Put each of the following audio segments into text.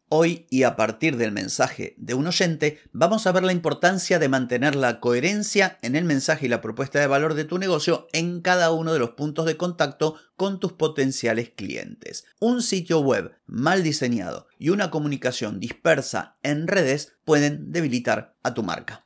Hoy y a partir del mensaje de un oyente, vamos a ver la importancia de mantener la coherencia en el mensaje y la propuesta de valor de tu negocio en cada uno de los puntos de contacto con tus potenciales clientes. Un sitio web mal diseñado y una comunicación dispersa en redes pueden debilitar a tu marca.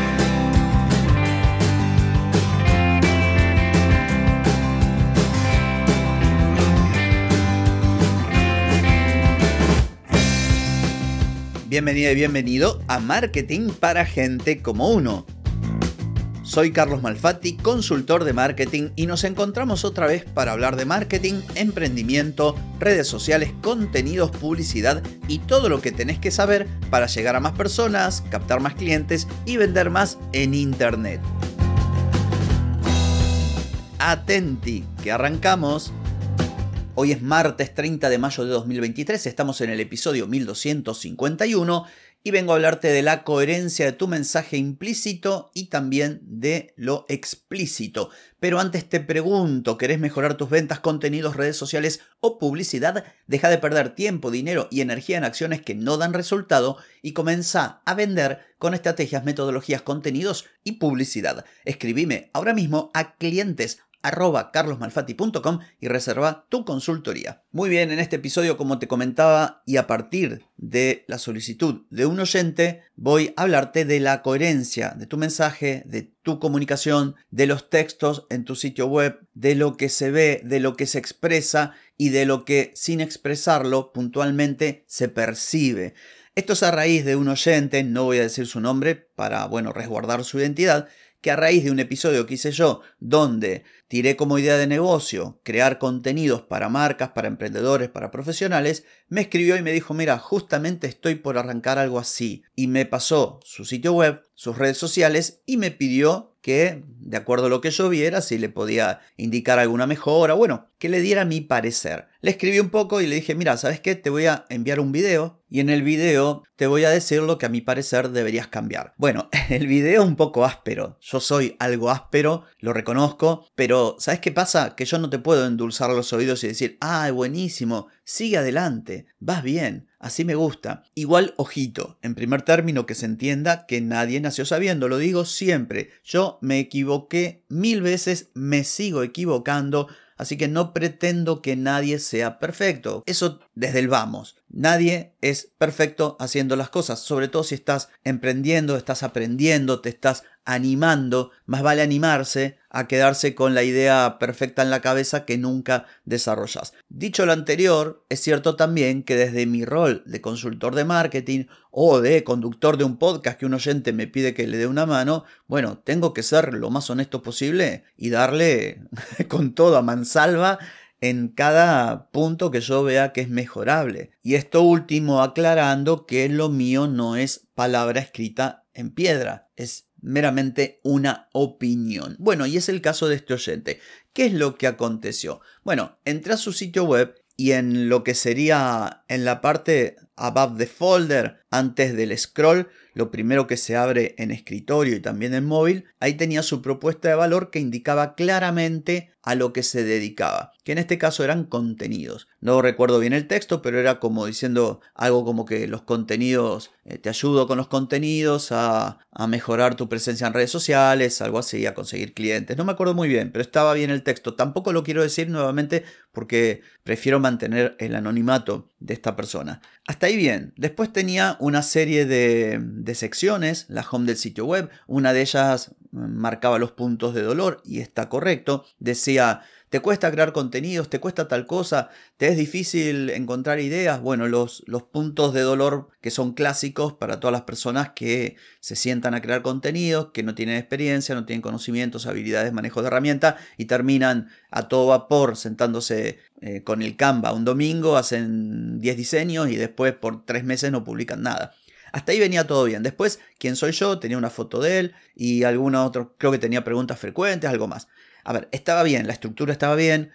Bienvenida y bienvenido a Marketing para Gente como Uno. Soy Carlos Malfatti, consultor de marketing, y nos encontramos otra vez para hablar de marketing, emprendimiento, redes sociales, contenidos, publicidad y todo lo que tenés que saber para llegar a más personas, captar más clientes y vender más en Internet. Atenti, que arrancamos. Hoy es martes 30 de mayo de 2023, estamos en el episodio 1251 y vengo a hablarte de la coherencia de tu mensaje implícito y también de lo explícito. Pero antes te pregunto, ¿querés mejorar tus ventas, contenidos, redes sociales o publicidad? Deja de perder tiempo, dinero y energía en acciones que no dan resultado y comienza a vender con estrategias, metodologías, contenidos y publicidad. Escribime ahora mismo a clientes@carlosmalfatti.com y reserva tu consultoría. Muy bien, en este episodio, como te comentaba, y a partir de la solicitud de un oyente, voy a hablarte de la coherencia de tu mensaje, de tu comunicación, de los textos en tu sitio web, de lo que se ve, de lo que se expresa y de lo que sin expresarlo puntualmente se percibe. Esto es a raíz de un oyente, no voy a decir su nombre para, resguardar su identidad, que a raíz de un episodio que hice yo, donde tiré como idea de negocio crear contenidos para marcas, para emprendedores, para profesionales, me escribió y me dijo, mira, justamente estoy por arrancar algo así. Y me pasó su sitio web, sus redes sociales y me pidió que, de acuerdo a lo que yo viera, si le podía indicar alguna mejora, que le diera mi parecer. Le escribí un poco y le dije, mira, ¿sabes qué? Te voy a enviar un video y en el video te voy a decir lo que a mi parecer deberías cambiar. Bueno, el video es un poco áspero. Yo soy algo áspero, lo reconozco, pero ¿sabes qué pasa? Que yo no te puedo endulzar los oídos y decir, buenísimo, sigue adelante, vas bien. Así me gusta. Igual, ojito, en primer término que se entienda que nadie nació sabiendo, lo digo siempre. Yo me equivoqué 1000 veces, me sigo equivocando, así que no pretendo que nadie sea perfecto. Eso desde el vamos. Nadie es perfecto haciendo las cosas, sobre todo si estás emprendiendo, estás aprendiendo, te estás animando. Más vale animarse a quedarse con la idea perfecta en la cabeza que nunca desarrollas. Dicho lo anterior, es cierto también que desde mi rol de consultor de marketing o de conductor de un podcast que un oyente me pide que le dé una mano, tengo que ser lo más honesto posible y darle con todo a mansalva en cada punto que yo vea que es mejorable. Y esto último aclarando que lo mío no es palabra escrita en piedra, es meramente una opinión. Y es el caso de este oyente. ¿Qué es lo que aconteció? Entré a su sitio web y en lo que sería en la parte above the folder, antes del scroll, lo primero que se abre en escritorio y también en móvil, ahí tenía su propuesta de valor que indicaba claramente a lo que se dedicaba, que en este caso eran contenidos. No recuerdo bien el texto, pero era como diciendo algo como que los contenidos, te ayudo con los contenidos a mejorar tu presencia en redes sociales, algo así, a conseguir clientes. No me acuerdo muy bien, pero estaba bien el texto. Tampoco lo quiero decir nuevamente porque prefiero mantener el anonimato de esta persona. Hasta ahí bien. Después tenía una serie de secciones, la home del sitio web. Una de ellas marcaba los puntos de dolor y está correcto. Decía, ¿te cuesta crear contenidos? ¿Te cuesta tal cosa? ¿Te es difícil encontrar ideas? Los puntos de dolor que son clásicos para todas las personas que se sientan a crear contenidos, que no tienen experiencia, no tienen conocimientos, habilidades, manejo de herramientas y terminan a todo vapor sentándose con el Canva un domingo, hacen 10 diseños y después por 3 meses no publican nada. Hasta ahí venía todo bien. Después, ¿quién soy yo? Tenía una foto de él y alguna otra, creo que tenía preguntas frecuentes, algo más. A ver, estaba bien, la estructura estaba bien,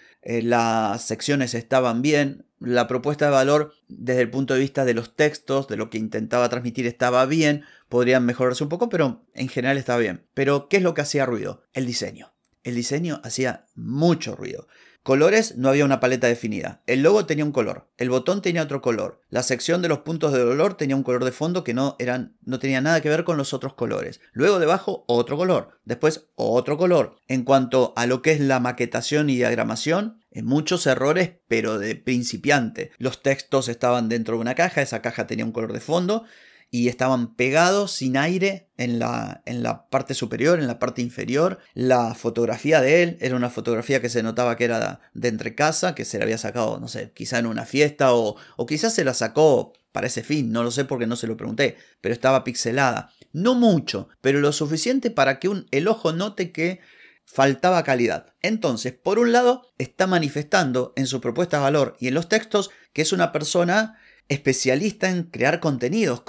las secciones estaban bien, la propuesta de valor desde el punto de vista de los textos, de lo que intentaba transmitir estaba bien, podrían mejorarse un poco, pero en general estaba bien. Pero, ¿qué es lo que hacía ruido? El diseño. El diseño hacía mucho ruido. Colores, no había una paleta definida. El logo tenía un color, el botón tenía otro color. La sección de los puntos de dolor tenía un color de fondo que no tenía nada que ver con los otros colores. Luego debajo otro color, después otro color. En cuanto a lo que es la maquetación y diagramación, muchos errores, pero de principiante. Los textos estaban dentro de una caja, esa caja tenía un color de fondo y estaban pegados sin aire en la parte superior, en la parte inferior. La fotografía de él era una fotografía que se notaba que era de entrecasa, que se la había sacado, no sé, quizá en una fiesta o quizás se la sacó para ese fin, no lo sé porque no se lo pregunté, pero estaba pixelada. No mucho, pero lo suficiente para que el ojo note que faltaba calidad. Entonces, por un lado, está manifestando en su propuesta de valor y en los textos que es una persona especialista en crear contenidos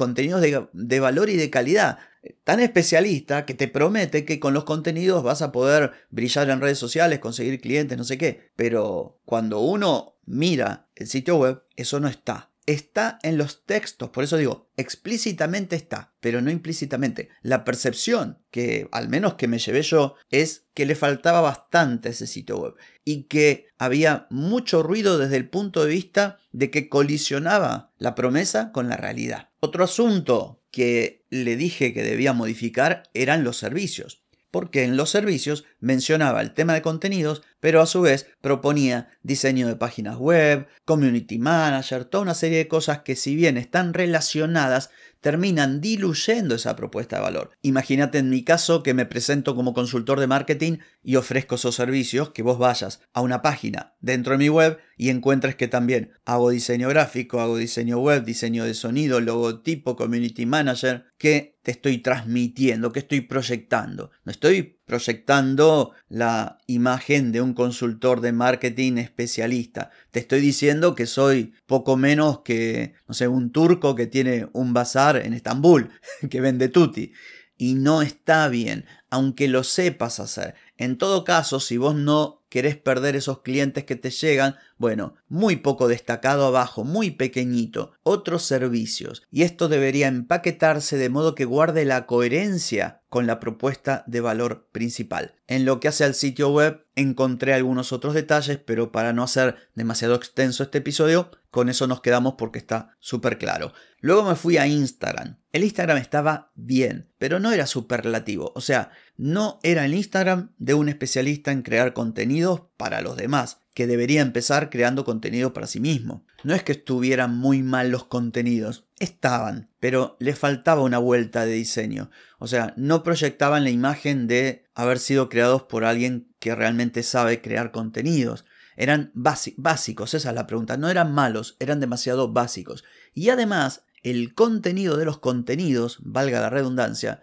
de valor y de calidad. Tan especialista que te promete que con los contenidos vas a poder brillar en redes sociales, conseguir clientes, no sé qué. Pero cuando uno mira el sitio web, eso no está. Está en los textos, por eso digo, explícitamente está, pero no implícitamente. La percepción que, al menos que me llevé yo, es que le faltaba bastante a ese sitio web y que había mucho ruido desde el punto de vista de que colisionaba la promesa con la realidad. Otro asunto que le dije que debía modificar eran los servicios. Porque en los servicios mencionaba el tema de contenidos, pero a su vez proponía diseño de páginas web, community manager, toda una serie de cosas que si bien están relacionadas, terminan diluyendo esa propuesta de valor. Imagínate en mi caso que me presento como consultor de marketing y ofrezco esos servicios, que vos vayas a una página dentro de mi web y encuentres que también hago diseño gráfico, hago diseño web, diseño de sonido, logotipo, community manager, que te estoy transmitiendo, que estoy proyectando. No estoy proyectando la imagen de un consultor de marketing especialista. Te estoy diciendo que soy poco menos que, no sé, un turco que tiene un bazar en Estambul, que vende tutti. Y no está bien, aunque lo sepas hacer. En todo caso, si vos no querés perder esos clientes que te llegan, bueno, muy poco destacado abajo, muy pequeñito, otros servicios. Y esto debería empaquetarse de modo que guarde la coherencia con la propuesta de valor principal. En lo que hace al sitio web, encontré algunos otros detalles, pero para no hacer demasiado extenso este episodio, con eso nos quedamos porque está súper claro. Luego me fui a Instagram. El Instagram estaba bien, pero no era superlativo. O sea, no era el Instagram de un especialista en crear contenidos para los demás, que debería empezar creando contenido para sí mismo. No es que estuvieran muy mal los contenidos, estaban, pero le faltaba una vuelta de diseño. O sea, no proyectaban la imagen de haber sido creados por alguien que realmente sabe crear contenidos. Eran básicos, esa es la pregunta. No eran malos, eran demasiado básicos. Y además, el contenido de los contenidos, valga la redundancia,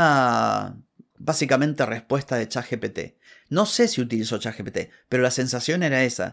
era básicamente respuesta de ChatGPT. No sé si utilizó ChatGPT, pero la sensación era esa.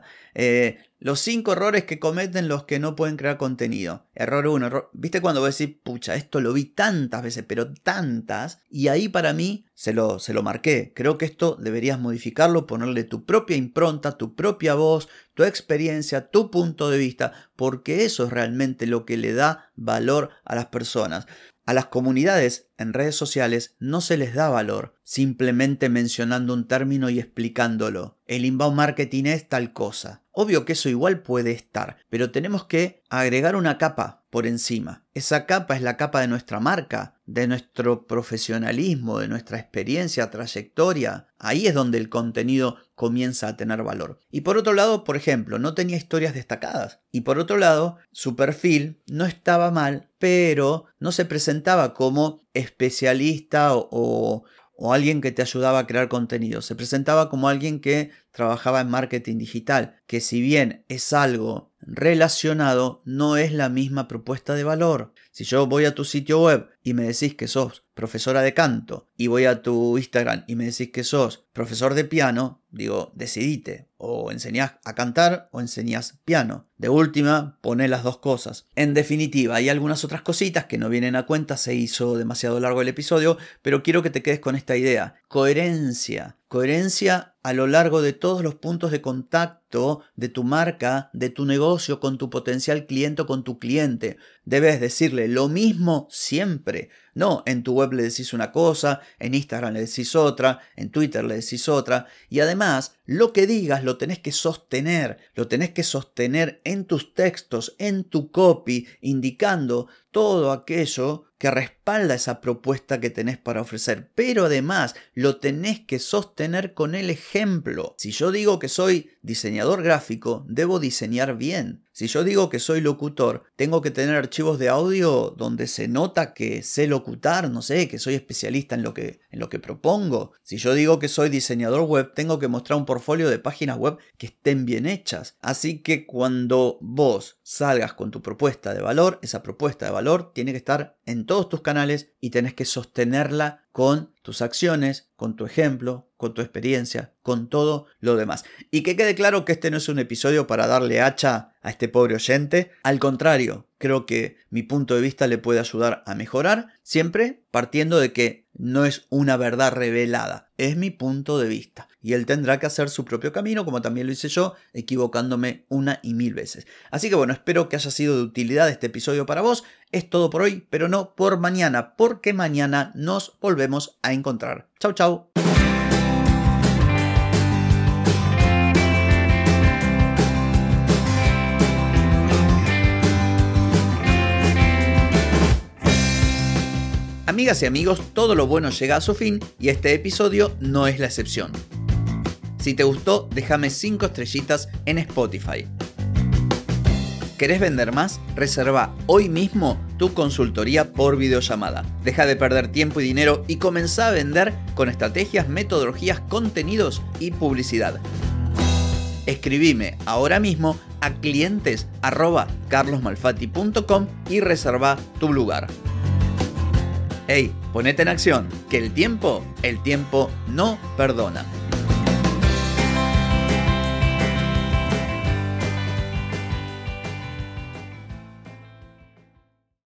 Los 5 errores que cometen los que no pueden crear contenido. Error 1. ¿Viste cuando vos decís, pucha, esto lo vi tantas veces, pero tantas? Y ahí para mí se lo marqué. Creo que esto deberías modificarlo, ponerle tu propia impronta, tu propia voz, tu experiencia, tu punto de vista, porque eso es realmente lo que le da valor a las personas. A las comunidades en redes sociales no se les da valor simplemente mencionando un término y explicándolo. El inbound marketing es tal cosa. Obvio que eso igual puede estar, pero tenemos que agregar una capa por encima. Esa capa es la capa de nuestra marca, de nuestro profesionalismo, de nuestra experiencia, trayectoria. Ahí es donde el contenido comienza a tener valor. Y por otro lado, por ejemplo, no tenía historias destacadas. Y por otro lado, su perfil no estaba mal, pero no se presentaba como especialista o alguien que te ayudaba a crear contenido. Se presentaba como alguien que trabajaba en marketing digital, que si bien es algo relacionado, no es la misma propuesta de valor. Si yo voy a tu sitio web y me decís que sos profesora de canto y voy a tu Instagram y me decís que sos profesor de piano, digo, decidite, o enseñás a cantar o enseñás piano. De última, poné las dos cosas. En definitiva, hay algunas otras cositas que no vienen a cuenta, se hizo demasiado largo el episodio, pero quiero que te quedes con esta idea. Coherencia a lo largo de todos los puntos de contacto impacto de tu marca, de tu negocio con tu potencial cliente o con tu cliente. Debes decirle lo mismo siempre. No, en tu web le decís una cosa, en Instagram le decís otra, en Twitter le decís otra. Y además, lo que digas lo tenés que sostener. Lo tenés que sostener en tus textos, en tu copy, indicando todo aquello que respalda esa propuesta que tenés para ofrecer. Pero además, lo tenés que sostener con el ejemplo. Si yo digo que soy diseñador gráfico, debo diseñar bien. Si yo digo que soy locutor, tengo que tener archivos de audio donde se nota que sé locutar, no sé, que soy especialista en lo que propongo. Si yo digo que soy diseñador web, tengo que mostrar un portfolio de páginas web que estén bien hechas. Así que cuando vos salgas con tu propuesta de valor, esa propuesta de valor tiene que estar en todos tus canales y tenés que sostenerla con tus acciones, con tu ejemplo, con tu experiencia, con todo lo demás. Y que quede claro que este no es un episodio para darle hacha a este pobre oyente. Al contrario, creo que mi punto de vista le puede ayudar a mejorar, siempre partiendo de que no es una verdad revelada, es mi punto de vista. Y él tendrá que hacer su propio camino, como también lo hice yo, equivocándome 1 y 1000 veces. Así que bueno, espero que haya sido de utilidad este episodio para vos. Es todo por hoy, pero no por mañana, porque mañana nos volvemos a encontrar. Chau, chau. Amigas y amigos, todo lo bueno llega a su fin y este episodio no es la excepción. Si te gustó, déjame 5 estrellitas en Spotify. ¿Querés vender más? Reserva hoy mismo tu consultoría por videollamada. Deja de perder tiempo y dinero y comenzá a vender con estrategias, metodologías, contenidos y publicidad. Escribime ahora mismo a clientes@carlosmalfatti.com y reserva tu lugar. Hey, ponete en acción, que el tiempo no perdona.